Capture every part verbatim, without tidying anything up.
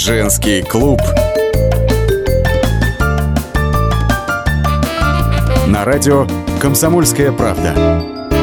Женский клуб. На радио «Комсомольская правда».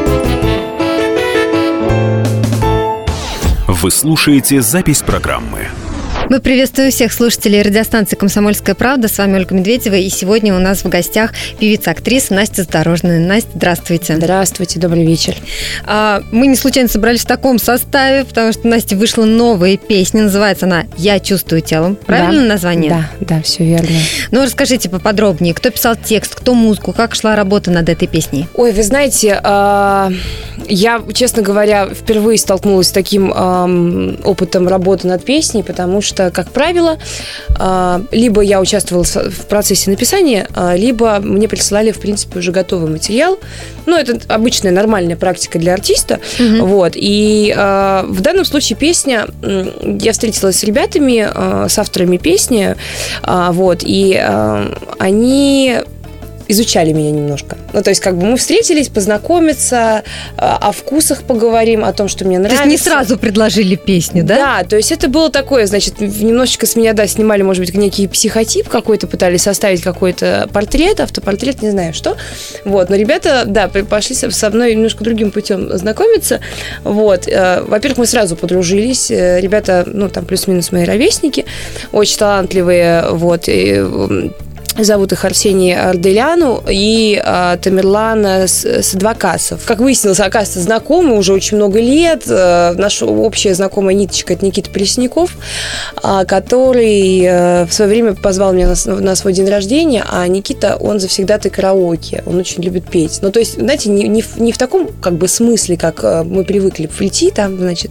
Вы слушаете запись программы. Мы приветствуем всех слушателей радиостанции «Комсомольская правда». С вами Ольга Медведева. И сегодня у нас в гостях певица-актриса Настя Задорожная. Настя, здравствуйте. Здравствуйте, добрый вечер. А, мы не случайно собрались в таком составе, потому что Настя вышла новая песня. Называется она «Я чувствую телом». Правильно да, название? Да, да, все верно. Ну, расскажите поподробнее, кто писал текст, кто музыку, как шла работа над этой песней? Ой, вы знаете, э, я, честно говоря, впервые столкнулась с таким э, опытом работы над песней, потому что что, как правило, либо я участвовала в процессе написания, либо мне присылали, в принципе, уже готовый материал. Ну, это обычная нормальная практика для артиста. Mm-hmm. Вот. И в данном случае песня... Я встретилась с ребятами, с авторами песни, вот, и они... изучали меня немножко. Ну, то есть, как бы мы встретились, познакомиться, о вкусах поговорим, о том, что мне нравится. То есть, не сразу предложили песню, да? Да, то есть, это было такое, значит, немножечко с меня, да, снимали, может быть, некий психотип какой-то, пытались составить какой-то портрет, автопортрет, не знаю что. Вот, но ребята, да, пошли со мной немножко другим путем знакомиться. Вот, во-первых, мы сразу подружились. Ребята, ну, там, плюс-минус мои ровесники, очень талантливые, вот, и... Зовут их Арсений Арделяну и а, Тамерлан Садвакасов. Как выяснилось, оказывается, знакомы уже очень много лет. А, наша общая знакомая ниточка – это Никита Пресняков, а, который а, в свое время позвал меня на, на свой день рождения, а Никита, он завсегдатый караоке, он очень любит петь. Ну, то есть, знаете, не, не, в, не в таком как бы смысле, как мы привыкли прийти там, значит,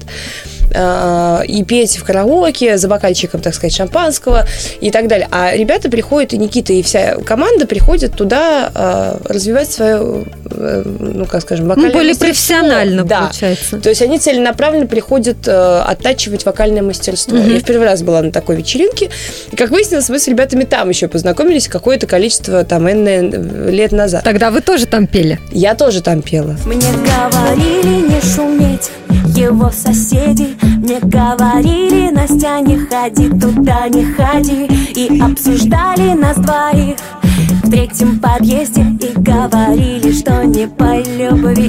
и петь в караоке за бокальчиком, так сказать, шампанского и так далее. А ребята приходят, и Никита, и вся команда приходит туда развивать свое, ну, как скажем, вокальное ну, более мастерство. Профессионально, да. Получается. То есть они целенаправленно приходят оттачивать вокальное мастерство. Mm-hmm. Я в первый раз была на такой вечеринке. И, как выяснилось, мы с ребятами там еще познакомились какое-то количество, там, энное лет назад. Тогда вы тоже там пели? Я тоже там пела. Мне говорили не шуметь его соседи, мне говорили: Настя, не ходи туда, не ходи. И обсуждали нас двоих в третьем подъезде и говорили, что не по любви.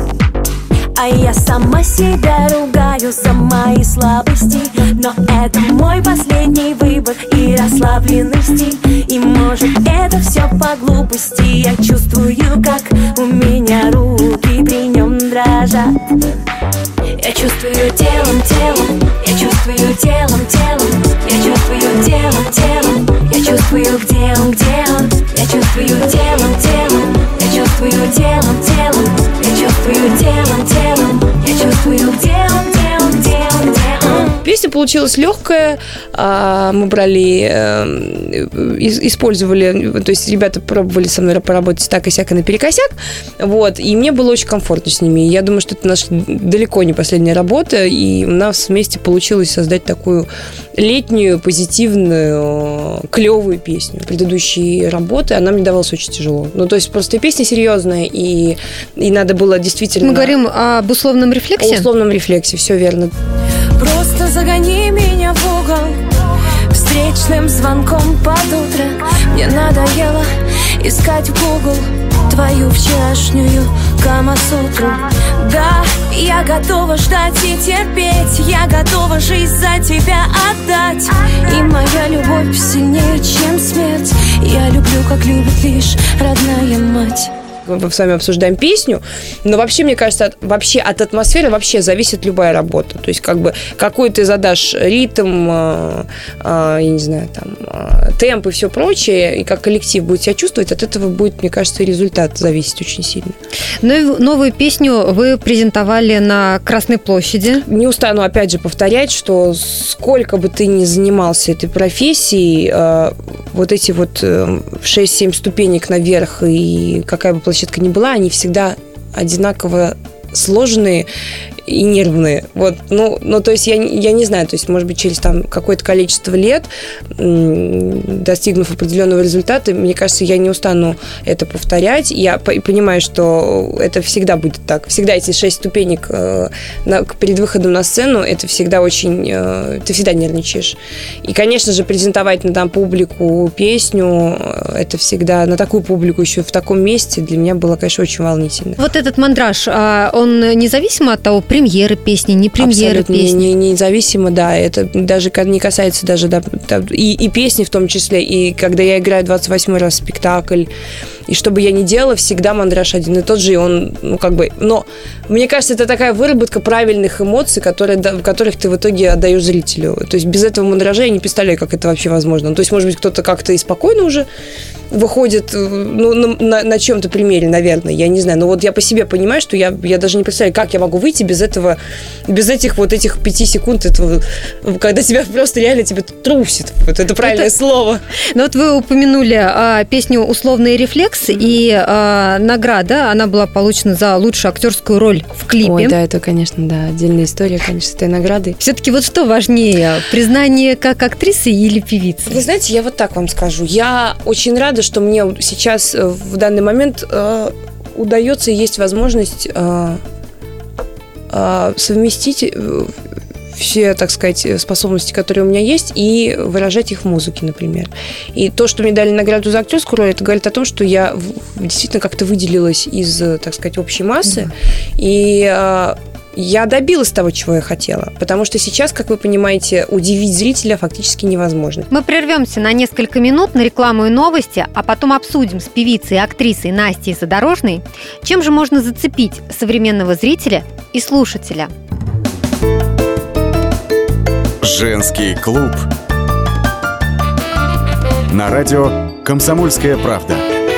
А я сама себя ругаю за мои слабости, но это мой последний выбор и расслабленный стиль. И может это все по глупости, я чувствую, как у меня руки при нем дрожат. Я чувствую телом, телом, я чувствую телом, телом, я чувствую телом, телом, я чувствую, где он, где он, я чувствую телом, телом, я чувствую телом, телом, я чувствую телом, телом, я чувствую, где он, где он, где он, где он. Песня получилась легкая, мы брали, использовали, то есть ребята пробовали со мной поработать так и сяк и наперекосяк, вот, и мне было очень комфортно с ними. Я думаю, что это наша далеко не последняя работа, и у нас вместе получилось создать такую летнюю, позитивную, клевую песню. Предыдущие работы, она мне давалась очень тяжело. Ну, то есть просто песня серьезная, и, и надо было действительно... Мы говорим об условном рефлексе? О условном рефлексе, все верно. Просто загони меня в угол встречным звонком под утро. Мне надоело искать в Google твою вчерашнюю Камасутру. Да, я готова ждать и терпеть, я готова жизнь за тебя отдать. И моя любовь сильнее, чем смерть. Я люблю, как любит лишь родная мать. Мы с вами обсуждаем песню, но вообще, мне кажется, от, вообще от атмосферы вообще зависит любая работа. То есть, как бы, какой ты задашь ритм, э, э, я не знаю, там, э, темп и все прочее, и как коллектив будет себя чувствовать, от этого будет, мне кажется, и результат зависеть очень сильно. Ну и новую песню вы презентовали на Красной площади. Не устану, опять же, повторять, что сколько бы ты ни занимался этой профессией, э, вот эти вот э, шесть-семь ступенек наверх, и какая бы площадка ни была, они всегда одинаково сложные и нервные. Вот, ну, ну, то есть я, я не знаю, то есть, может быть, через там какое-то количество лет, достигнув определенного результата, мне кажется, я не устану это повторять. Я понимаю, что это всегда будет так. Всегда эти шесть ступенек э, на, перед выходом на сцену, это всегда очень... Э, ты всегда нервничаешь. И, конечно же, презентовать на там публику песню, это всегда на такую публику еще в таком месте для меня было, конечно, очень волнительно. Вот этот мандраж, он независимо от того, премьеры песни, не премьеры Абсолютно песни? Не, не, независимо, да. Это даже не касается даже да, и, и песни в том числе, и когда я играю двадцать восьмой раз спектакль, и что бы я ни делала, всегда мандраж один и тот же, и он, ну, как бы... Но мне кажется, это такая выработка правильных эмоций, которые, которых ты в итоге отдаешь зрителю. То есть без этого мандража я не представляю, как это вообще возможно. Ну, то есть, может быть, кто-то как-то и спокойно уже выходит, ну, на, на, на чем-то примере, наверное, я не знаю. Но вот я по себе понимаю, что я, я даже не представляю, как я могу выйти без этого, без этих вот этих пяти секунд, этого, когда тебя просто реально тебя трусит. Вот это правильное это... слово. Ну, вот вы упомянули а, песню «Условный рефлекс», mm-hmm. и а, награда, она была получена за лучшую актерскую роль в клипе. Ой, да, это, конечно, да, отдельная история, конечно, с этой наградой. Все-таки вот что важнее, признание как актрисы или певицы? Вы знаете, я вот так вам скажу. Я очень рада, что мне сейчас в данный момент э, удается и есть возможность э, э, совместить э, все, так сказать, способности, которые у меня есть, и выражать их в музыке, например. И то, что мне дали награду за актерскую роль, это говорит о том, что я действительно как-то выделилась из, так сказать, общей массы. Mm-hmm. И э, я добилась того, чего я хотела. Потому что сейчас, как вы понимаете, удивить зрителя фактически невозможно. Мы прервемся на несколько минут на рекламу и новости, а потом обсудим с певицей и актрисой Настей Задорожной, чем же можно зацепить современного зрителя и слушателя. Женский клуб. На радио «Комсомольская правда».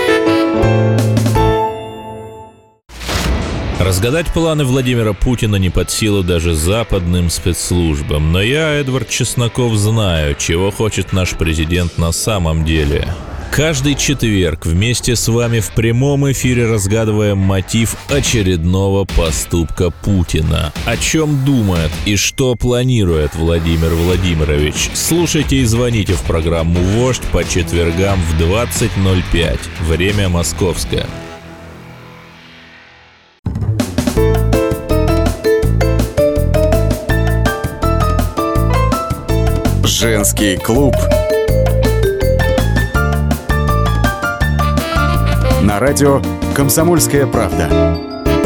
Разгадать планы Владимира Путина не под силу даже западным спецслужбам. Но я, Эдвард Чесноков, знаю, чего хочет наш президент на самом деле. Каждый четверг вместе с вами в прямом эфире разгадываем мотив очередного поступка Путина. О чем думает и что планирует Владимир Владимирович? Слушайте и звоните в программу «Вождь» по четвергам в двадцать ноль пять. Время московское. Женский клуб. На радио «Комсомольская правда».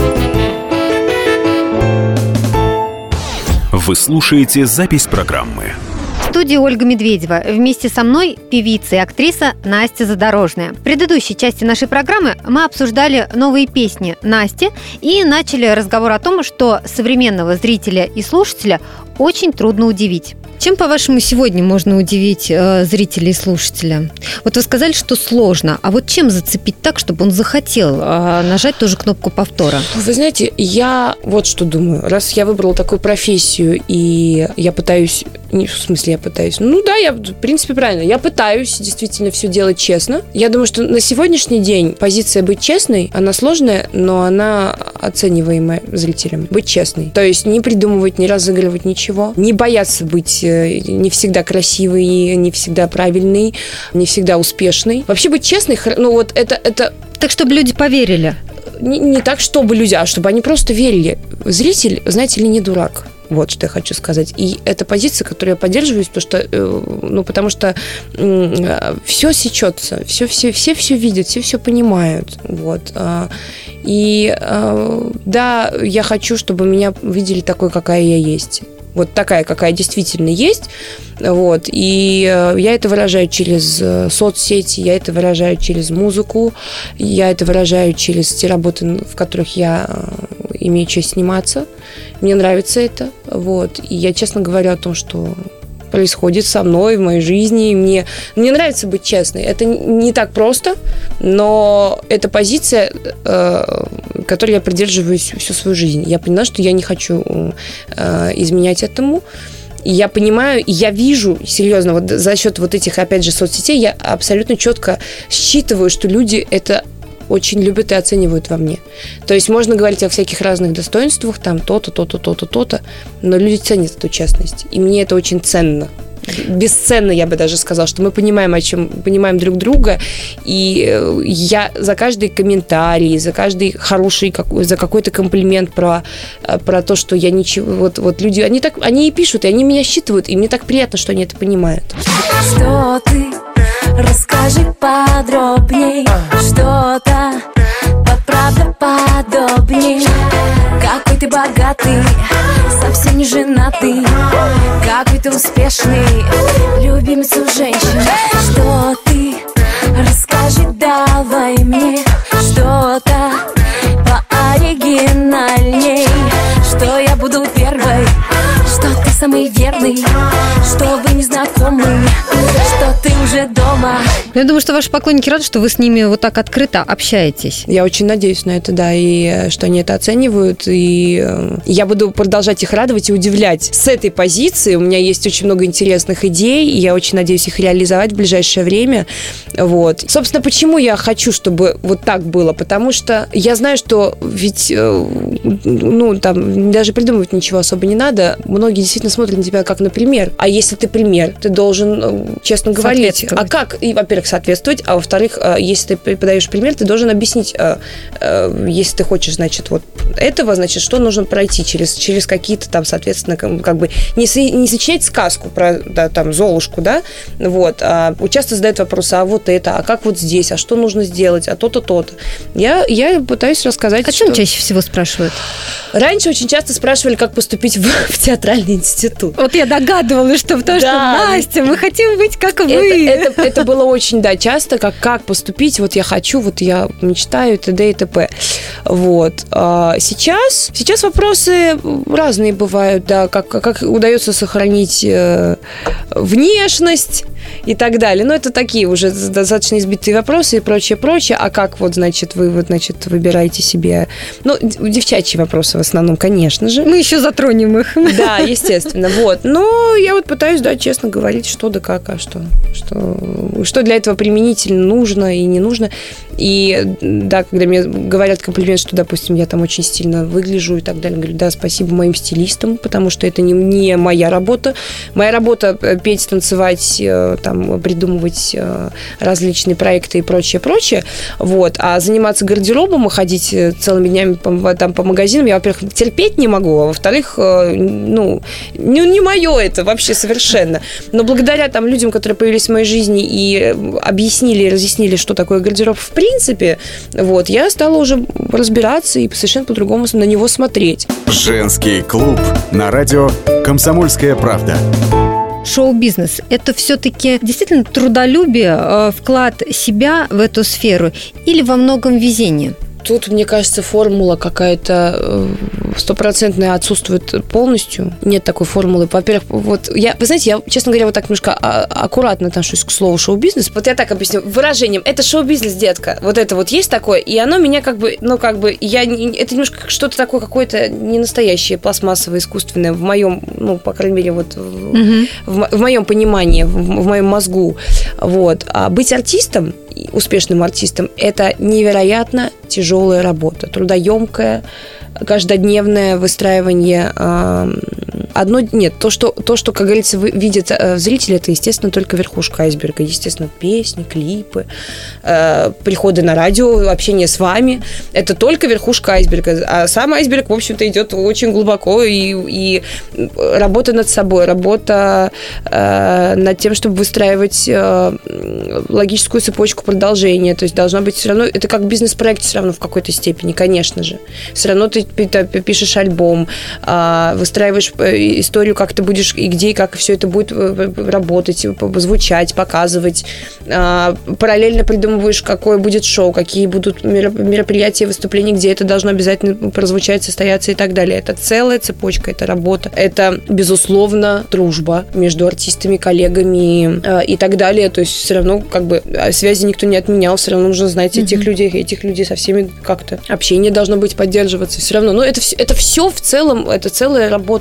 Вы слушаете запись программы. В студии Ольга Медведева. Вместе со мной певица и актриса Настя Задорожная. В предыдущей части нашей программы мы обсуждали новые песни Насти и начали разговор о том, что современного зрителя и слушателя очень трудно удивить. Чем, по-вашему, сегодня можно удивить э, зрителя и слушателя? Вот вы сказали, что сложно. А вот чем зацепить так, чтобы он захотел э, нажать тоже кнопку повтора? Вы знаете, я вот что думаю. Раз я выбрала такую профессию, и я пытаюсь... Не, в смысле я пытаюсь? Ну да, я, в принципе, правильно. Я пытаюсь действительно все делать честно. Я думаю, что на сегодняшний день позиция быть честной, она сложная, но она оцениваемая зрителям. Быть честной. То есть не придумывать, не разыгрывать ничего. Не бояться быть не всегда красивый, не всегда правильный, не всегда успешный. Вообще быть честной, ну вот это... это... Так, чтобы люди поверили. Не, не так, чтобы люди, а чтобы они просто верили. Зритель, знаете ли, не дурак. Вот что я хочу сказать. И это позиция, которую я поддерживаю, потому что, ну, потому что э, все сечется, все, все, все все видят, все все понимают. Вот. И э, да, я хочу, чтобы меня видели такой, какая я есть. Вот такая, какая действительно есть. Вот. И я это выражаю через соцсети, я это выражаю через музыку, я это выражаю через те работы, в которых я имею честь сниматься. Мне нравится это. Вот. И я честно говорю о том, что происходит со мной, в моей жизни. Мне, мне нравится быть честной. Это не так просто, но это позиция, э, которой я придерживаюсь всю свою жизнь. Я поняла, что я не хочу э, изменять этому. И я понимаю, и я вижу, серьезно, вот за счет вот этих, опять же, соцсетей, я абсолютно четко считываю, что люди это очень любят и оценивают во мне. То есть можно говорить о всяких разных достоинствах, там то-то, то-то, то-то, то-то, но люди ценят эту честность. И мне это очень ценно. Бесценно, я бы даже сказала, что мы понимаем, о чем понимаем друг друга, и я за каждый комментарий, за каждый хороший, за какой-то комплимент про, про то, что я ничего, вот, вот люди, они так, они и пишут, и они меня считывают, и мне так приятно, что они это понимают. Что ты? Расскажи подробней, что-то правдоподобней. Какой ты богатый, совсем не женатый, какой ты успешный, любимец у женщин. Что ты? Расскажи давай мне что-то пооригинальней, что я буду первой, что ты самый верный, что вы не знакомы, что ты уже дома. Я думаю, что ваши поклонники рады, что вы с ними вот так открыто общаетесь. Я очень надеюсь на это, да, и что они это оценивают, и я буду продолжать их радовать и удивлять. С этой позиции у меня есть очень много интересных идей, и я очень надеюсь их реализовать в ближайшее время. Вот. Собственно, почему я хочу, чтобы вот так было? Потому что я знаю, что ведь, ну, там, даже придумывать ничего особо не надо. Многие действительно смотрят на тебя как на пример. А если ты пример, ты должен честно говорить. А как? И, во-первых, соответствовать, а во-вторых, если ты подаешь пример, ты должен объяснить, если ты хочешь, значит, вот этого, значит, что нужно пройти через, через какие-то там, соответственно, как бы не, со, не сочинять сказку про, да, там, Золушку, да, вот, а часто задают вопросы, а вот это, а как вот здесь, а что нужно сделать, а то-то, то-то. Я, я пытаюсь рассказать, О чем что... чаще всего спрашивают? Раньше очень часто спрашивали, как поступить в, в театральный институт. Вот я догадывалась, что потому да. что, Настя, мы хотим быть как вы. Это, это, это было очень, да, часто, как, как поступить, вот я хочу, вот я мечтаю, и т.д. и т.п. Вот. А сейчас, сейчас вопросы разные бывают, да, как, как удается сохранить э, внешность и так далее. Но это такие уже достаточно избитые вопросы и прочее, прочее. А как вот, значит, вы вот, значит, выбираете себе... Ну, девчачьи вопросы в основном, конечно же. Мы еще затронем их. Да, естественно, вот. Но я вот пытаюсь, да, честно говорить, что да как, а что, что, что для этого применительно нужно и не нужно. И, да, когда мне говорят комплимент, что, допустим, я там очень стильно выгляжу и так далее, говорю, да, спасибо моим стилистам, потому что это не, не моя работа. Моя работа петь, танцевать, там, придумывать различные проекты и прочее, прочее. Вот. А заниматься гардеробом и ходить целыми днями по, там, по магазинам я, во-первых, терпеть не могу, а во-вторых, ну, не, не мое это вообще совершенно. Но благодаря там людям, которые появились в моей жизни и объяснили, и разъяснили, что такое гардероб в принципе, вот, я стала уже разбираться и совершенно по-другому на него смотреть. Женский клуб на радио «Комсомольская правда». Шоу-бизнес – это все-таки действительно трудолюбие, вклад себя в эту сферу или во многом везение? Тут, мне кажется, формула какая-то стопроцентная отсутствует полностью. Нет такой формулы. Во-первых, вот я, вы знаете, я, честно говоря, вот так немножко аккуратно отношусь к слову шоу-бизнес. Вот я так объясню. Выражением. Это шоу-бизнес, детка. Вот это вот есть такое. И оно меня как бы, ну, как бы, я, это немножко что-то такое какое-то ненастоящее, пластмассовое, искусственное в моем, ну, по крайней мере, вот mm-hmm. в, в моем понимании, в, в моем мозгу. Вот. А быть артистом, успешным артистом, это невероятно тяжелая работа, трудоемкая, каждодневное выстраивание. Одно, нет, то, что, то, что, как говорится, видят зрители, это, естественно, только верхушка айсберга. Естественно, песни, клипы, приходы на радио, общение с вами. Это только верхушка айсберга. А сам айсберг, в общем-то, идет очень глубоко. И, и работа над собой, работа над тем, чтобы выстраивать логическую цепочку продолжения. То есть должна быть все равно... Это как бизнес-проект все равно в какой-то степени, конечно же. Все равно ты пишешь альбом, выстраиваешь историю, как ты будешь и где, и как все это будет работать, звучать, показывать. Параллельно придумываешь, какое будет шоу, какие будут мероприятия, выступления, где это должно обязательно прозвучать, состояться и так далее. Это целая цепочка, это работа. Это, безусловно, дружба между артистами, коллегами и так далее. То есть все равно как бы связи никто не отменял, все равно нужно знать mm-hmm. этих людей, этих людей со всеми как-то. Общение должно быть, поддерживаться. Все равно. Но это, это все в целом, это целая работа проделана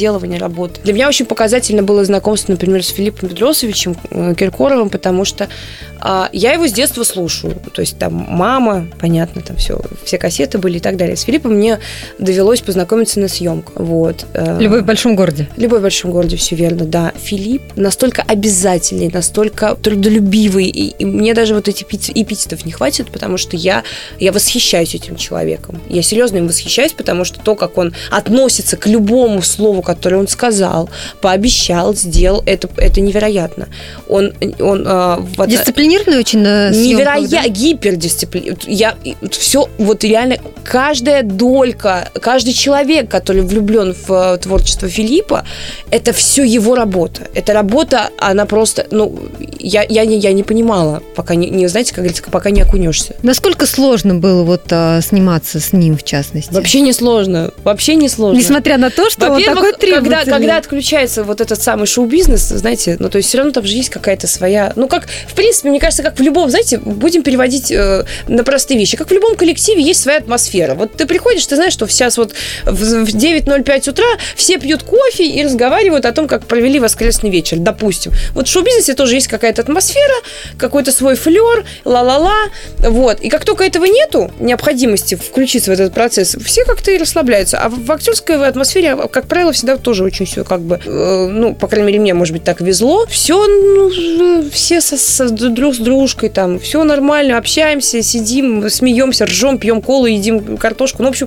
переделывание работы. Для меня очень показательно было знакомство, например, с Филиппом Бедросовичем Киркоровым, потому что а, я его с детства слушаю. То есть там мама, понятно, там все, все кассеты были и так далее. С Филиппом мне довелось познакомиться на съемках. Вот. «Любовь в большом городе». «Любовь в большом городе», все верно, да. Филипп настолько обязательный, настолько трудолюбивый, и, и мне даже вот этих эпитетов не хватит, потому что я, я восхищаюсь этим человеком. Я серьезно им восхищаюсь, потому что то, как он относится к любому слову, которое он сказал, пообещал, сделал, это, это невероятно. Он, он, а, вот, дисциплинированный очень на съемках, невероятно, да? Гипердисциплинированный. Я все, вот реально, каждая долька, каждый человек, который влюблен в творчество Филиппа, это все его работа. Эта работа, она просто, ну, я, я, не, я не понимала, пока не, не, знаете, как говорится, пока не окунешься. Насколько сложно было вот а, сниматься с ним, в частности? Вообще не сложно. Вообще не сложно. Несмотря на то, что он такой требовательный. Когда, когда отключается вот этот самый шоу-бизнес, знаете, ну, то есть все равно там же есть какая-то своя... Ну, как, в принципе, мне кажется, как в любом, знаете, будем переводить э, на простые вещи. Как в любом коллективе есть своя атмосфера. Вот ты приходишь, ты знаешь, что сейчас вот в, в девять ноль пять утра все пьют кофе и разговаривают о том, как провели воскресный вечер, допустим. Вот в шоу-бизнесе тоже есть какая-то атмосфера, какой-то свой флер, ла-ла-ла, вот. И как только этого нету, необходимости включиться в этот процесс, все как-то и расслабляются. А в актерской атмосфере, как правило, всегда тоже очень все как бы, э, ну, по крайней мере, мне, может быть, так везло. Все, ну, все со, со, друг с дружкой там, все нормально, общаемся, сидим, смеемся, ржем, пьем колу, едим картошку. Ну, в общем,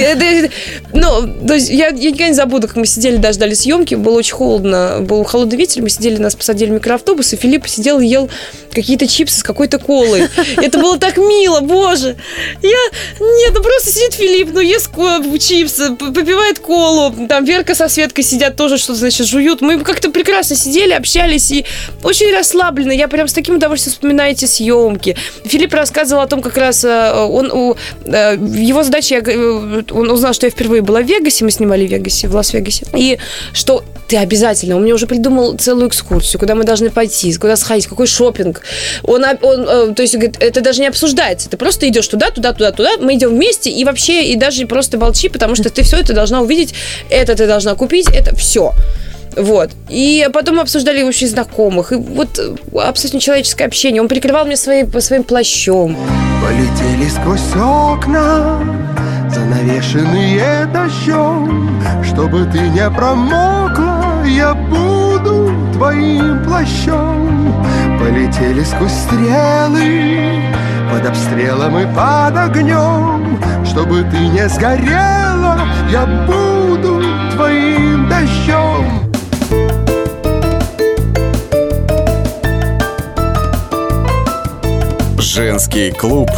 э, ну, то есть я, я никогда не забуду, как мы сидели, дождали съемки, было очень холодно, был холодный ветер, мы сидели, нас посадили в микроавтобус, и Филипп сидел и ел какие-то чипсы с какой-то колой. Это было так мило, боже. Я... Нет, ну просто сидит Филипп, ну ест чипсы, попивает колу. Там Верка со Светкой сидят тоже, что-то, значит, жуют. Мы как-то прекрасно сидели, общались и очень расслабленно. Я прям с таким удовольствием вспоминаю эти съемки. Филипп рассказывал о том, как раз он... Его задача... Он узнал, что я впервые была в Вегасе, мы снимали в Вегасе, в Лас-Вегасе. И что ты обязательно... Он мне уже придумал целую экскурсию, куда мы должны пойти, куда сходить, какой шопинг. Он, он, то есть, говорит, это даже не обсуждается. Ты просто идешь туда, туда, туда, туда. Мы идем вместе и вообще, и даже просто молчи, потому что ты все это должна увидеть, это ты должна купить, это все. Вот. И потом мы обсуждали общих знакомых. И вот абсолютно человеческое общение. Он прикрывал меня своим, своим плащом. Полетели сквозь окна, занавешенные дождем. Чтобы ты не промокла, я буду твоим плащом. Полетели сквозь стрелы, под обстрелом и под огнем. Чтобы ты не сгорела, я буду твоим дождем. Женский клуб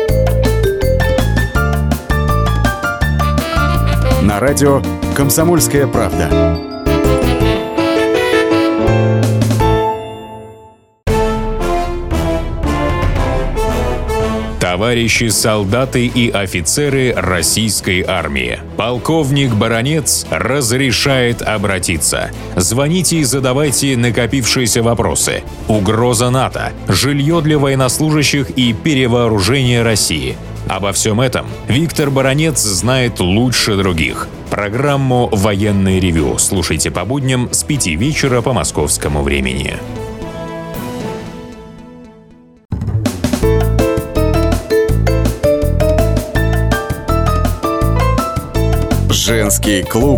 на радио «Комсомольская правда». Товарищи солдаты и офицеры российской армии. Полковник Баранец разрешает обратиться. Звоните и задавайте накопившиеся вопросы. Угроза НАТО, жилье для военнослужащих и перевооружение России. Обо всем этом Виктор Баранец знает лучше других. Программу «Военное ревю» слушайте по будням с пяти вечера по московскому времени. Женский клуб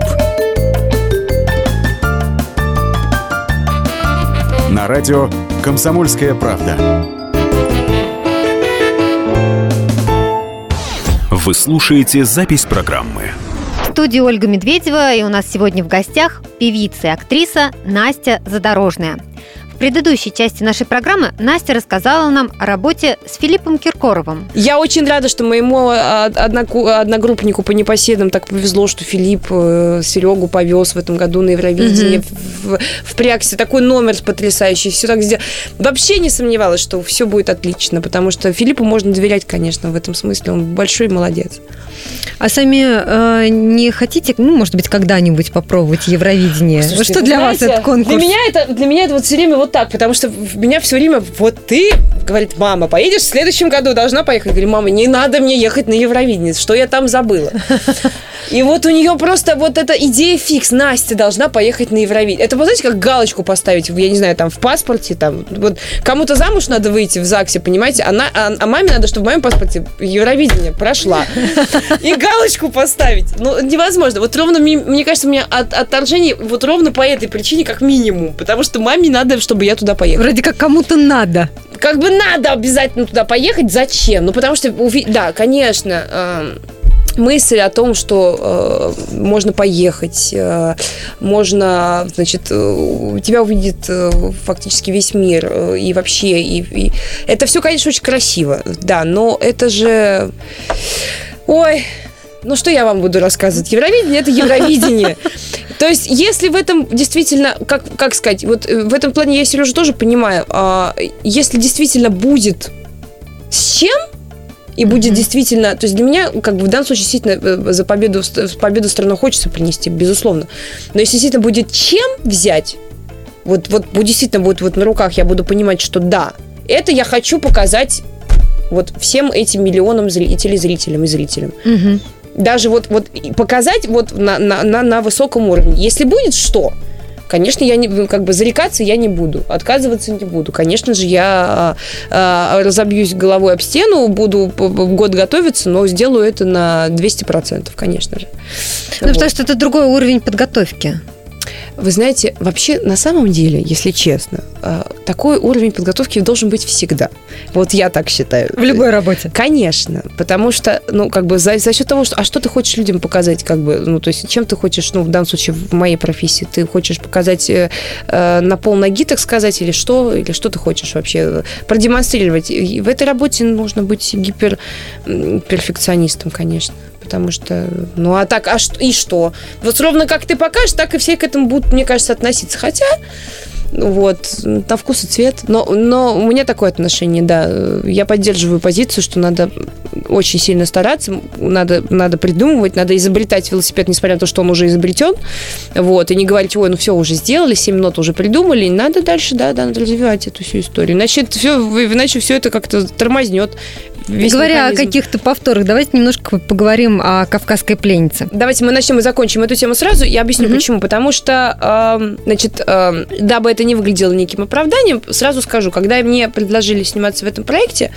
на радио «Комсомольская правда». Вы слушаете запись программы. В студии Ольга Медведева, и у нас сегодня в гостях певица и актриса Настя Задорожная. В предыдущей части нашей программы Настя рассказала нам о работе с Филиппом Киркоровым. Я очень рада, что моему одногруппнику по непоседам так повезло, что Филипп Серегу повез в этом году на Евровидение, mm-hmm. в, впрягся, такой номер потрясающий, все так сделал. Вообще не сомневалась, что все будет отлично, потому что Филиппу можно доверять, конечно, в этом смысле, он большой молодец. А сами э, не хотите, ну, может быть, когда-нибудь попробовать Евровидение? Слушайте, что для знаете, вас этот конкурс? Для меня это, для меня это вот все время вот так, потому что меня все время, вот ты, говорит, мама, поедешь в следующем году, должна поехать. Я говорю, мама, не надо мне ехать на Евровидение, что я там забыла. И вот у нее просто вот эта идея фикс, Настя должна поехать на Евровидение. Это, вы знаете, как галочку поставить, я не знаю, там, в паспорте, там, вот кому-то замуж надо выйти в ЗАГСе, понимаете, а, на, а, а маме надо, чтобы в моем паспорте Евровидение прошла. И галочку поставить. Ну, невозможно. Вот ровно, мне кажется, у меня от, отторжение вот ровно по этой причине, как минимум, потому что маме надо, чтобы я туда поехала. Вроде как кому-то надо. Как бы надо обязательно туда поехать. Зачем? Ну, потому что, да, конечно, э, мысль о том, что э, можно поехать, э, можно, значит, э, тебя увидит э, фактически весь мир э, и вообще, и, и... это все, конечно, очень красиво, да, но это же... Ой... Ну, что я вам буду рассказывать? Евровидение – это Евровидение. То есть, если в этом действительно, как, как сказать, вот в этом плане я Сережу тоже понимаю, а, если действительно будет с чем, и будет mm-hmm. действительно, то есть для меня, как бы в данном случае, действительно, за победу, победу страну хочется принести, безусловно. Но если действительно будет чем взять, вот, вот действительно будет вот на руках, я буду понимать, что да, это я хочу показать вот всем этим миллионам зри- телезрителям и зрителям. Mm-hmm. Даже вот, вот показать вот на, на, на, на высоком уровне. Если будет что, конечно, я не, как бы зарекаться я не буду, отказываться не буду. Конечно же, я а, разобьюсь головой об стену, буду год готовиться, но сделаю это на двести процентов, конечно же. Ну, вот. Потому что это другой уровень подготовки. Вы знаете, вообще, на самом деле, если честно, такой уровень подготовки должен быть всегда. Вот я так считаю. В любой работе. Конечно, потому что, ну, как бы за, за счет того, что... А что ты хочешь людям показать, как бы, ну, то есть, чем ты хочешь, ну, в данном случае, в моей профессии, ты хочешь показать э, на полноги, так сказать, или что, или что ты хочешь вообще продемонстрировать? И в этой работе нужно быть гиперперфекционистом, конечно. Потому что, ну, а так, а что, и что? Вот ровно как ты покажешь, так и все к этому будут, мне кажется, относиться. Хотя, вот, на вкус и цвет. Но, но у меня такое отношение, да. Я поддерживаю позицию, что надо очень сильно стараться, надо, надо придумывать, надо изобретать велосипед, несмотря на то, что он уже изобретен. Вот, и не говорить, ой, ну все, уже сделали, семь минут уже придумали. И надо дальше, да, да, надо развивать эту всю историю. Иначе это все, иначе все это как-то тормознет. Весь Говоря механизм. О каких-то повторах, давайте немножко поговорим о «Кавказской пленнице». Давайте мы начнем и закончим эту тему сразу. Я объясню, mm-hmm. почему. Потому что, э, значит, э, дабы это не выглядело неким оправданием, сразу скажу, когда мне предложили сниматься в этом проекте,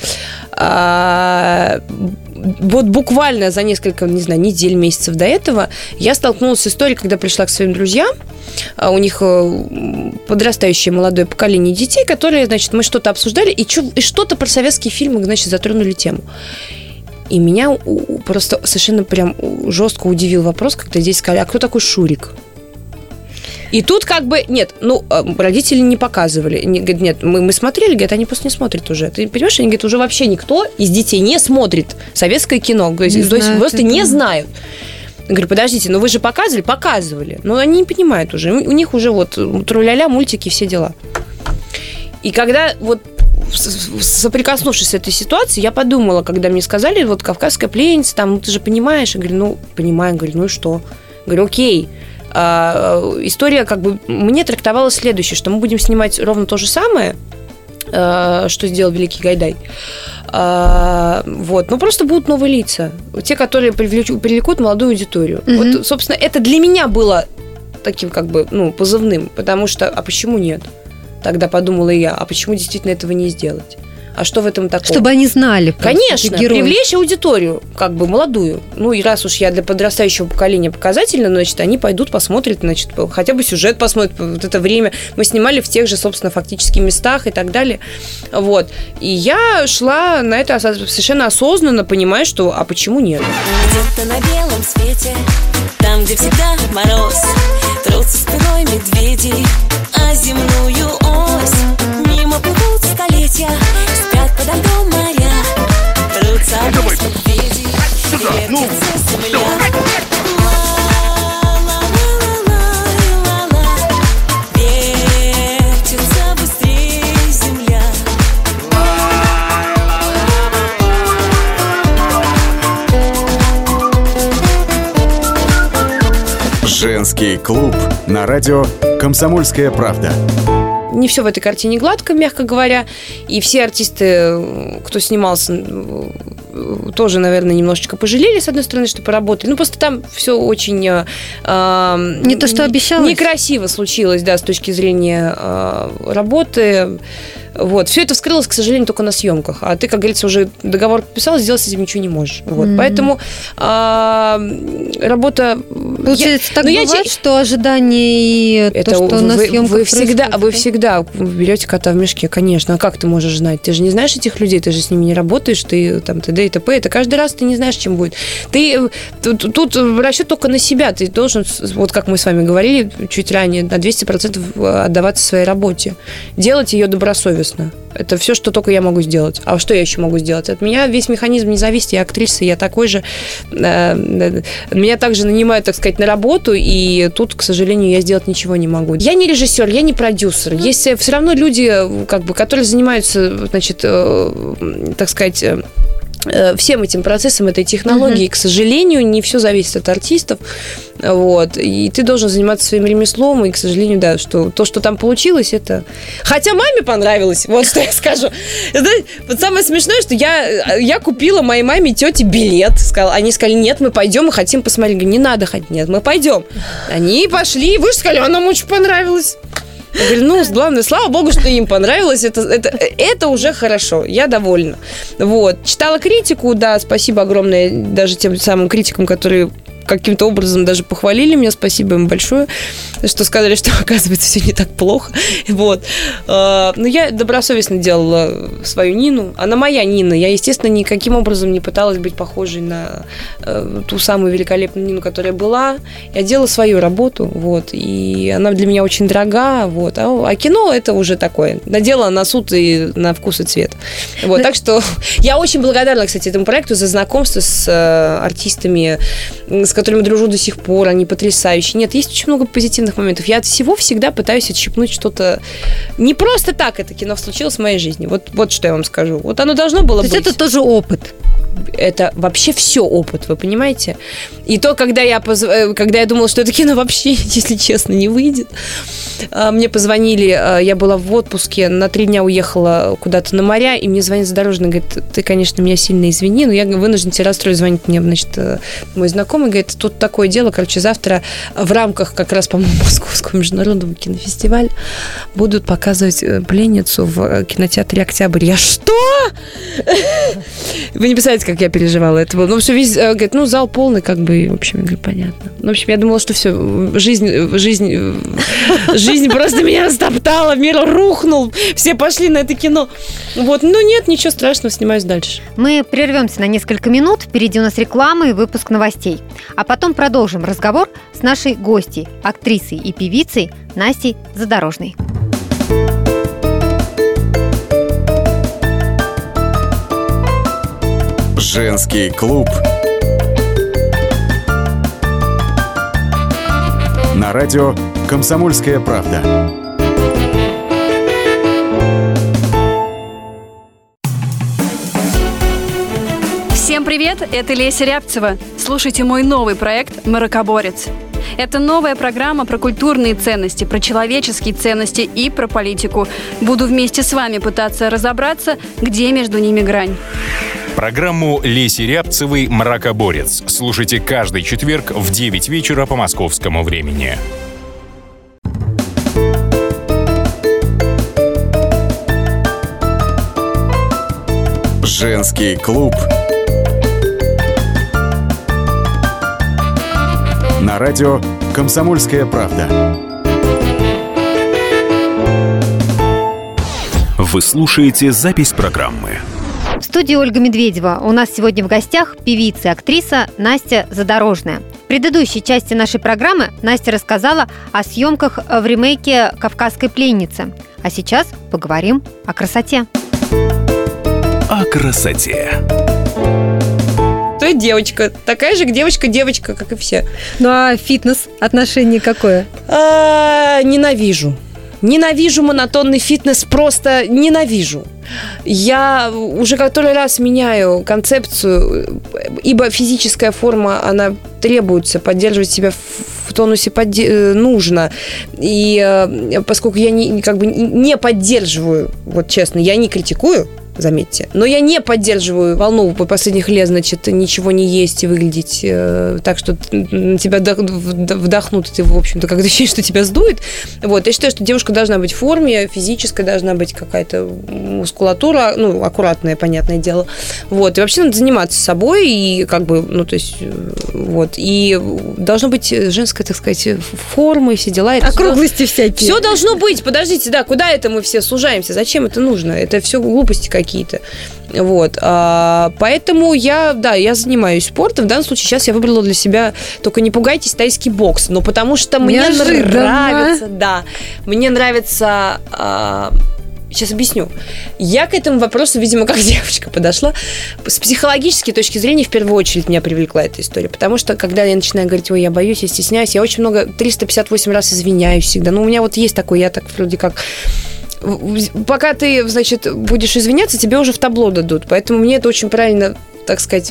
э, вот буквально за несколько, не знаю, недель, месяцев до этого я столкнулась с историей, когда пришла к своим друзьям. У них подрастающее молодое поколение детей, которые, значит, мы что-то обсуждали, и, чё, и что-то про советские фильмы, значит, затронули тему. И меня просто совершенно прям жестко удивил вопрос, когда здесь сказали, а кто такой Шурик? И тут как бы, нет, ну, родители не показывали. Они говорят, нет, мы, мы смотрели, говорят, они просто не смотрят уже. Ты понимаешь, они говорят, уже вообще никто из детей не смотрит советское кино. То есть, то есть просто не знают. Я говорю, подождите, ну вы же показывали? Показывали. Но они не понимают уже. У них уже вот тру-ля-ля, мультики, все дела. И когда вот соприкоснувшись с этой ситуацией, я подумала, когда мне сказали, вот «Кавказская пленница», там, ну ты же понимаешь. Я говорю, ну, понимаю. Я говорю, ну и что? Я говорю, окей. А, история как бы мне трактовала следующее, что мы будем снимать ровно то же самое, а, что сделал великий Гайдай. А, вот, но просто будут новые лица, те, которые привлекут, привлекут молодую аудиторию. Mm-hmm. Вот, собственно, это для меня было таким как бы, ну, позывным, потому что, а почему нет? Тогда подумала я, а почему действительно этого не сделать? А что в этом такого? Чтобы они знали. Конечно, привлечь аудиторию, как бы молодую. Ну, и раз уж я для подрастающего поколения показательна, значит, они пойдут, посмотрят, значит, хотя бы сюжет посмотрят. Вот это время мы снимали в тех же, собственно, фактически местах и так далее. Вот. И я шла на это совершенно осознанно, понимая, что, а почему нет? Где-то на белом свете, там, где всегда мороз, трутся спиной медведи, а земную ось мимо плывут столетия. Спят подо льдом моря, трутся область медведи, вертится земля. Ла-ла-ла-ла-ла-ла, вертится быстрее земля. Женский клуб на радио «Комсомольская правда». не все в этой картине гладко, мягко говоря. И все артисты, кто снимался, тоже, наверное, немножечко пожалели, с одной стороны, что поработали. Ну, просто там все очень... Э, не то, что обещалось. Некрасиво случилось, да, с точки зрения э, работы. Вот. Все это вскрылось, к сожалению, только на съемках. А ты, как говорится, уже договор подписал, сделать с этим ничего не можешь. Вот. Mm-hmm. Поэтому э, работа... Получается, я, так бывает, я... что ожидание и это то, что вы, на съемках вы всегда, происходит. Вы всегда берете кота в мешке, конечно. А как ты можешь знать? Ты же не знаешь этих людей, ты же с ними не работаешь, ты там т.д. и т.п. Это каждый раз ты не знаешь, чем будет. Ты тут, тут расчет только на себя. Ты должен, вот как мы с вами говорили чуть ранее, на двести процентов отдаваться своей работе. Делать ее добросовестно. Это все, что только я могу сделать. А что я еще могу сделать? От меня весь механизм не зависит. Я актриса, я такой же. Меня также нанимают, так сказать, на работу, и тут, к сожалению, я сделать ничего не могу. Я не режиссер, я не продюсер. Есть все равно люди, как бы, которые занимаются, значит, так сказать, всем этим процессом, этой технологии. Uh-huh. К сожалению, не все зависит от артистов. Вот. И ты должен заниматься своим ремеслом. И, к сожалению, да, что то, что там получилось, это... Хотя маме понравилось, вот что я скажу. Вот самое смешное, что я, я купила моей маме и тете билет. Они сказали, нет, мы пойдем, мы хотим посмотреть. Я говорю, не надо ходить, нет, мы пойдем. Они пошли, вы же сказали, а нам очень понравилось. Я говорю, ну, главное, слава богу, что им понравилось. Это, это, это уже хорошо, я довольна. Вот. Читала критику, да, спасибо огромное даже тем самым критикам, которые каким-то образом даже похвалили меня. Спасибо им большое, что сказали, что, оказывается, все не так плохо. Вот. Но я добросовестно делала свою Нину. Она моя Нина. Я, естественно, никаким образом не пыталась быть похожей на ту самую великолепную Нину, которая была. Я делала свою работу, вот, и она для меня очень дорога, вот. А, а кино это уже такое. Надела на суд и на вкус и цвет. Вот. Так что я очень благодарна, кстати, этому проекту за знакомство с артистами, с которыми дружу до сих пор, они потрясающие. Нет, есть очень много позитивных моментов. Я от всего всегда пытаюсь отщипнуть что-то. Не просто так это кино случилось в моей жизни. Вот, вот что я вам скажу. Вот оно должно было быть. То есть это тоже опыт. Это вообще все опыт, вы понимаете? И то, когда я, позв... когда я думала, что это кино вообще, если честно, не выйдет, мне позвонили, я была в отпуске, на три дня уехала куда-то на моря, и мне звонит задорожный, говорит, ты, конечно, меня сильно извини, но я вынужден тебя расстроить. Звонит мне, значит, мой знакомый, говорит, тут такое дело, короче, завтра в рамках как раз, по-моему, Московского международного кинофестиваля будут показывать «Пленницу» в кинотеатре «Октябрь». Я что? Вы не представляете, как я переживала это было. Ну, все, весь, говорит, ну, зал полный, как бы, в общем, я говорю, понятно. Ну, в общем, я думала, что все, жизнь, жизнь, жизнь просто меня растоптала, мир рухнул, все пошли на это кино. Вот, ну, нет, ничего страшного, снимаюсь дальше. Мы прервемся на несколько минут, впереди у нас реклама и выпуск новостей. А потом продолжим разговор с нашей гостьей, актрисой и певицей Настей Задорожной. Женский клуб на радио «Комсомольская правда». Всем привет, это Леся Рябцева. Слушайте мой новый проект «Маракоборец». Это новая программа про культурные ценности, про человеческие ценности и про политику. Буду вместе с вами пытаться разобраться, где между ними грань. Программу Леси Рябцевой «Мракоборец» слушайте каждый четверг в девять вечера по московскому времени. Женский клуб на радио «Комсомольская правда». Вы слушаете запись программы. В студии Ольга Медведева. У нас сегодня в гостях певица и актриса Настя Задорожная. В предыдущей части нашей программы Настя рассказала о съемках в ремейке «Кавказской пленницы». А сейчас поговорим о красоте. О красоте. То девочка, такая же девочка-девочка, как и все. Ну а фитнес, отношение какое? А, ненавижу. Ненавижу монотонный фитнес, просто ненавижу. Я уже который раз меняю концепцию, ибо физическая форма, она требуется поддерживать себя в тонусе подде- нужно. И поскольку я не, как бы не поддерживаю, вот честно, я не критикую, заметьте. Но я не поддерживаю волну по последних лет, значит, ничего не есть и выглядеть э, так, что на тебя вдохнут, и ты, в общем-то, как-то ощущаешь, что тебя сдует. Вот. Я считаю, что девушка должна быть в форме, физическая должна быть какая-то мускулатура, ну, аккуратная, понятное дело. Вот. И вообще надо заниматься собой, и как бы, ну, то есть, вот. И должно быть женская, так сказать, форма и все дела. Это округлости все, всякие. Все должно быть. Подождите, да, куда это мы все сужаемся? Зачем это нужно? Это все глупости какие какие-то. Вот. А, поэтому я, да, я занимаюсь спортом. В данном случае сейчас я выбрала для себя, только не пугайтесь, тайский бокс. Но потому что мне Неожиданно. нравится, да, мне нравится... А, сейчас объясню. Я к этому вопросу, видимо, как девочка подошла. С психологической точки зрения, в первую очередь, меня привлекла эта история. Потому что, когда я начинаю говорить, ой, я боюсь, я стесняюсь, я очень много, триста пятьдесят восемь раз извиняюсь всегда. Ну, у меня вот есть такой, я так вроде как... Пока ты, значит, будешь извиняться, тебе уже в табло дадут. Поэтому мне это очень правильно, так сказать,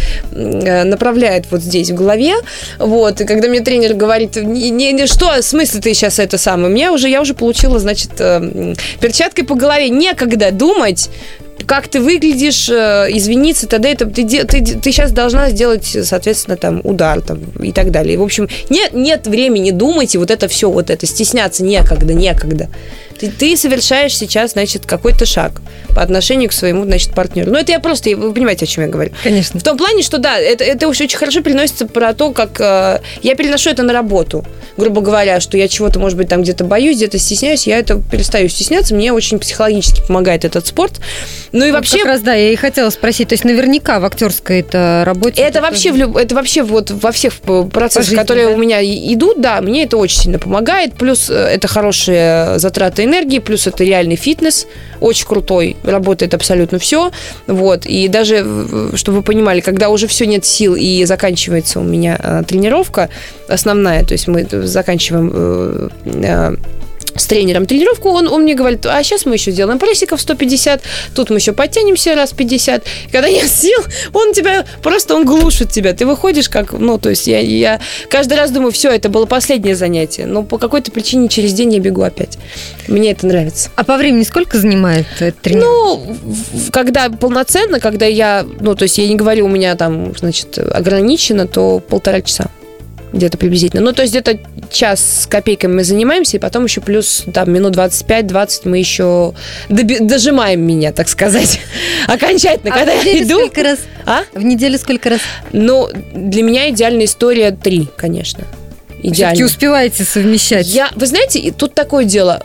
направляет вот здесь в голове. Вот. И когда мне тренер говорит, не, не, что, в смысле ты сейчас это самое? Мне уже, я уже получила, значит, перчаткой по голове. Некогда думать, как ты выглядишь, извиниться, тогда это ты, ты, ты сейчас должна сделать, соответственно, там, удар там, и так далее. В общем, нет, нет времени думать, и вот это все, вот это, стесняться некогда, некогда. Ты, ты совершаешь сейчас, значит, какой-то шаг по отношению к своему, значит, партнеру. Ну, это я просто, вы понимаете, о чем я говорю. Конечно. В том плане, что, да, это, это уж очень хорошо переносится про то, как э, я переношу это на работу. Грубо говоря, что я чего-то, может быть, там где-то боюсь, где-то стесняюсь, я это перестаю стесняться. Мне очень психологически помогает этот спорт. Ну, и вот вообще... Как раз, да, я и хотела спросить. То есть, наверняка в актерской это работе... Это, это вообще, в люб... это вообще вот во всех процессах, жизни, которые да? у меня идут, да, мне это очень сильно помогает. Плюс это хорошие затраты энергии, плюс это реальный фитнес, очень крутой, работает абсолютно все, вот, и даже, чтобы вы понимали, когда уже все, нет сил и заканчивается у меня а, тренировка основная, то есть мы заканчиваем э, э, с тренером тренировку, он, он мне говорит, а сейчас мы еще сделаем прессиков сто пятьдесят, тут мы еще подтянемся раз пятьдесят. Когда нет сил, он тебя, просто он глушит тебя. Ты выходишь как, ну, то есть я, я каждый раз думаю, все, это было последнее занятие, но по какой-то причине через день я бегу опять. Мне это нравится. А по времени сколько занимает тренировка? Ну, когда полноценно, когда я, ну, то есть я не говорю, у меня там, значит, ограничено, то полтора часа. Где-то приблизительно. Ну, то есть где-то час с копейками мы занимаемся, и потом еще плюс там минут двадцать пять двадцать мы еще доби- дожимаем меня, так сказать, окончательно. А когда в неделю я иду... сколько раз? А? В неделю сколько раз? Ну, для меня идеальная история три, конечно. Идеально. Все-таки успеваете совмещать? Я, вы знаете, тут такое дело.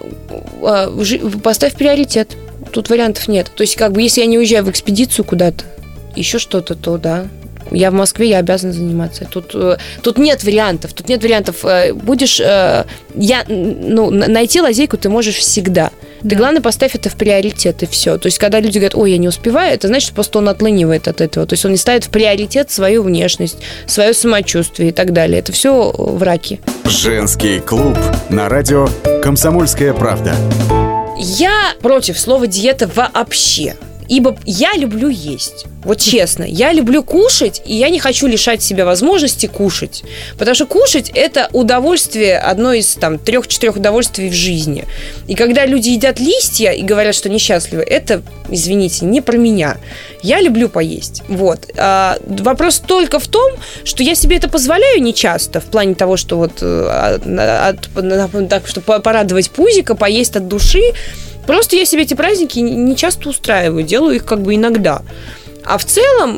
Поставь приоритет. Тут вариантов нет. То есть, как бы, если я не уезжаю в экспедицию куда-то, еще что-то, то да. Я в Москве, я обязана заниматься. Тут, тут нет вариантов. Тут нет вариантов. Будешь... Я, ну, найти лазейку ты можешь всегда. Да. Ты, главное, поставь это в приоритет, и все. То есть, когда люди говорят, ой, я не успеваю, это значит, просто он отлынивает от этого. То есть, он не ставит в приоритет свою внешность, свое самочувствие и так далее. Это все враки. Женский клуб на радио «Комсомольская правда». Я против слова «диета» вообще. Ибо я люблю есть. Вот честно, я люблю кушать, и я не хочу лишать себя возможности кушать. Потому что кушать – это удовольствие, одно из там трех-четырех удовольствий в жизни. И когда люди едят листья и говорят, что несчастливы, это, извините, не про меня. Я люблю поесть. Вот. А вопрос только в том, что я себе это позволяю нечасто, в плане того, что вот от, от, так, что порадовать пузико, поесть от души. Просто я себе эти праздники не часто устраиваю, делаю их как бы иногда. А в целом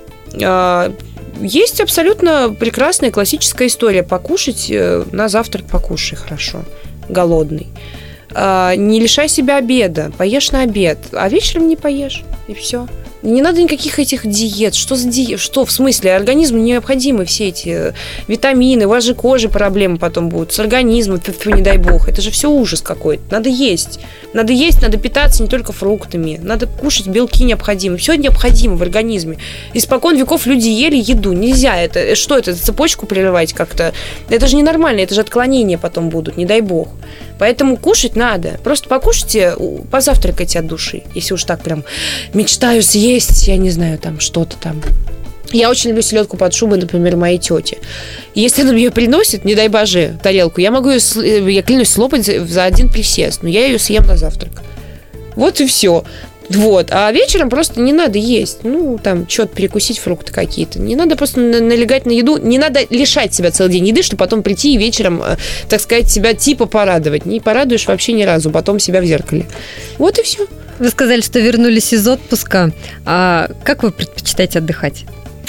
э, есть абсолютно прекрасная классическая история. Покушать э, на завтрак покушай хорошо, голодный. Э, не лишай себя обеда, поешь на обед, а вечером не поешь, и все. Не надо никаких этих диет. Что за диет? Что, в смысле? Организму необходимы все эти витамины. У вас же кожи проблемы потом будут. С организмом, не дай бог. Это же все ужас какой-то. Надо есть. Надо есть, надо питаться не только фруктами. Надо кушать белки необходимы. Все необходимо в организме. Испокон веков люди ели еду. Нельзя это. Что это? Цепочку прерывать как-то? Это же ненормально. Это же отклонения потом будут. Не дай бог. Поэтому кушать надо. Просто покушайте, позавтракайте от души. Если уж так прям мечтаю съесть, я не знаю, там что-то там. Я очень люблю селедку под шубой, например, моей тети. Если она мне ее приносит, не дай боже, тарелку, я могу ее, я клянусь, слопать за один присест, но я ее съем на завтрак. Вот и все. Вот. А вечером просто не надо есть. Ну, там, что-то перекусить, фрукты какие-то. Не надо просто налегать на еду. Не надо лишать себя целый день еды, чтобы потом прийти и вечером, так сказать, себя типа порадовать. Не порадуешь вообще ни разу, потом себя в зеркале. Вот и все. Вы сказали, что вернулись из отпуска. А как вы предпочитаете отдыхать?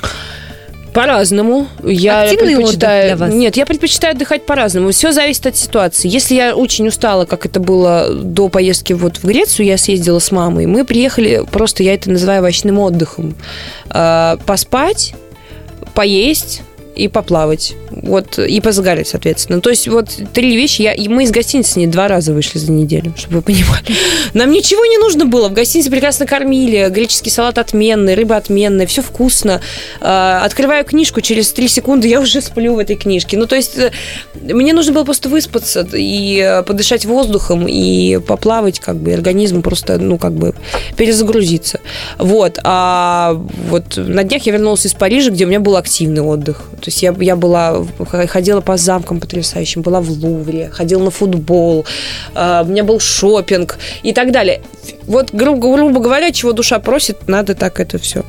По-разному. Я Активный предпочитаю... отдых для вас? Нет, я предпочитаю отдыхать по-разному. Все зависит от ситуации. Если я очень устала, как это было до поездки вот в Грецию, я съездила с мамой, мы приехали, просто я это называю овощным отдыхом. Поспать, поесть и поплавать. Вот, и позагорать, соответственно. То есть вот три вещи. Я, мы из гостиницы не два раза вышли за неделю, чтобы вы понимали. Нам ничего не нужно было. В гостинице прекрасно кормили. Греческий салат отменный, рыба отменная, все вкусно. Открываю книжку, через три секунды я уже сплю в этой книжке. Ну, то есть мне нужно было просто выспаться и подышать воздухом, и поплавать, как бы, организм просто, ну, как бы, перезагрузиться. Вот. А вот на днях я вернулась из Парижа, где у меня был активный отдых. То есть я, я была, ходила по замкам потрясающим, была в Лувре, ходила на футбол, э, у меня был шопинг и так далее. Вот, грубо, грубо говоря, чего душа просит, надо так это все.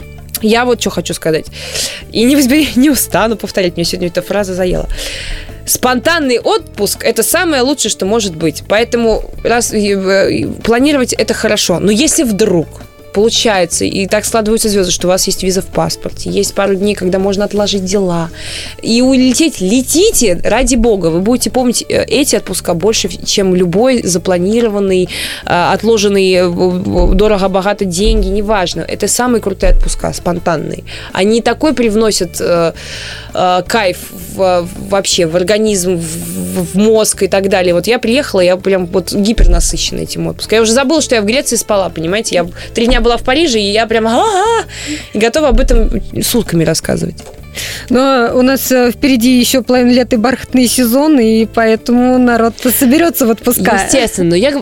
Я вот что хочу сказать. И не, не устану повторять, мне сегодня эта фраза заела. Спонтанный отпуск – это самое лучшее, что может быть. Поэтому раз, э, планировать это хорошо. Но если вдруг получается, и так складываются звезды, что у вас есть виза в паспорте, есть пару дней, когда можно отложить дела и улететь, летите, ради бога, вы будете помнить эти отпуска больше, чем любой запланированный, отложенный дорого-богато деньги, неважно, это самые крутые отпуска, спонтанные. Они такой привносят э, э, кайф в, вообще в организм, в, в мозг и так далее. Вот я приехала, я прям вот гипернасыщена этим отпуском. Я уже забыла, что я в Греции спала, понимаете, я три дня была в Париже, и я прям а-а-а, и готова об этом сутками рассказывать. Но у нас впереди еще половина лета и бархатный сезон, и поэтому народ соберется в отпуска. Естественно. Я,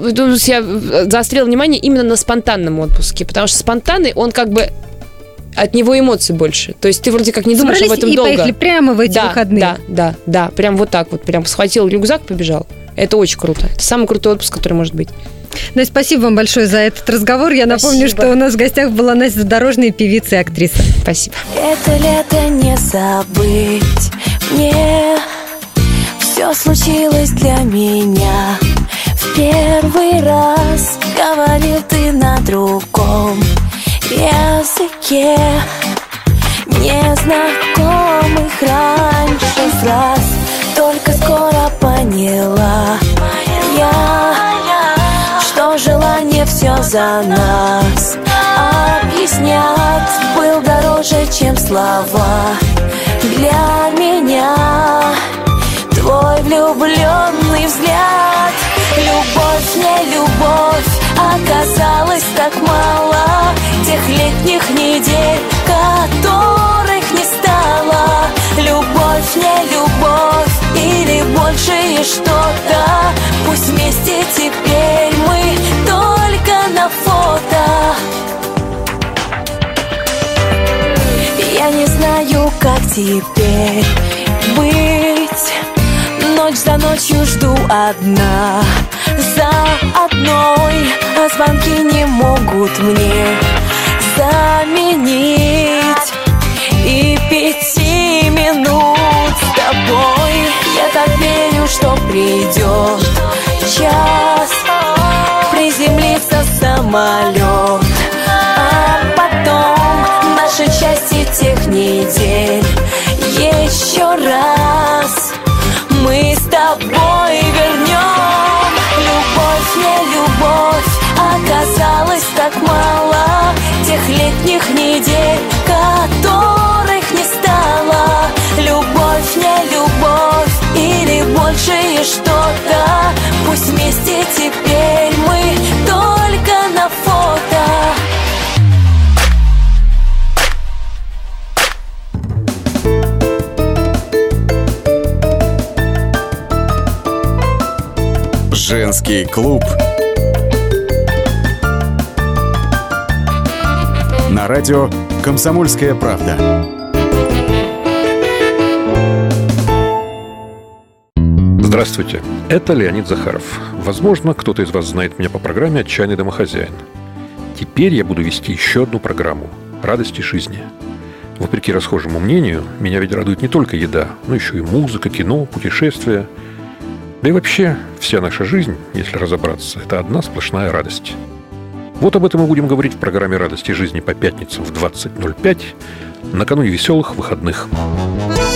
я заострила внимание именно на спонтанном отпуске, потому что спонтанный, он как бы от него эмоций больше. То есть ты вроде как не думаешь об этом и долго. поехали прямо в эти да, выходные. Да, да, да. Прям вот так вот. Прям схватил рюкзак, побежал. Это очень круто. Это самый крутой отпуск, который может быть. Настя, спасибо вам большое за этот разговор. Я Спасибо. Напомню, что у нас в гостях была Настя Задорожная, певица и актриса. Спасибо. Это лето не забыть мне. Все случилось для меня. В первый раз говорил ты на другом языке, незнакомых раньше фраз. Только скоро поняла я, что желание все за нас. Объяснят, был дороже, чем слова. Для меня твой влюбленный взгляд. Любовь, не любовь, оказалось так мало. Тех летних недель, которых не стало. Любовь, не любовь, или большее что-то. Пусть вместе теперь мы только на фото. Я не знаю, как теперь быть. Ночь за ночью жду одна за одной, а звонки не могут мне заменить и пяти минут с тобой. Я так верю, что придет час, приземлится самолет, а потом наши части тех недель еще раз мы с тобой вернем. Любовь, не любовь, оказалось так мало. Тех летних недель, которых не стало. Любовь, не любовь, или большее что-то. Пусть вместе теперь мы только на фото. Женский клуб на радио «Комсомольская правда». Здравствуйте, это Леонид Захаров. Возможно, кто-то из вас знает меня по программе «Отчаянный домохозяин». Теперь я буду вести еще одну программу «Радости жизни». Вопреки расхожему мнению, меня ведь радует не только еда, но еще и музыка, кино, путешествия. Да и вообще, вся наша жизнь, если разобраться, это одна сплошная радость. Вот об этом мы будем говорить в программе «Радости жизни» по пятницам в двадцать ноль пять, накануне веселых выходных.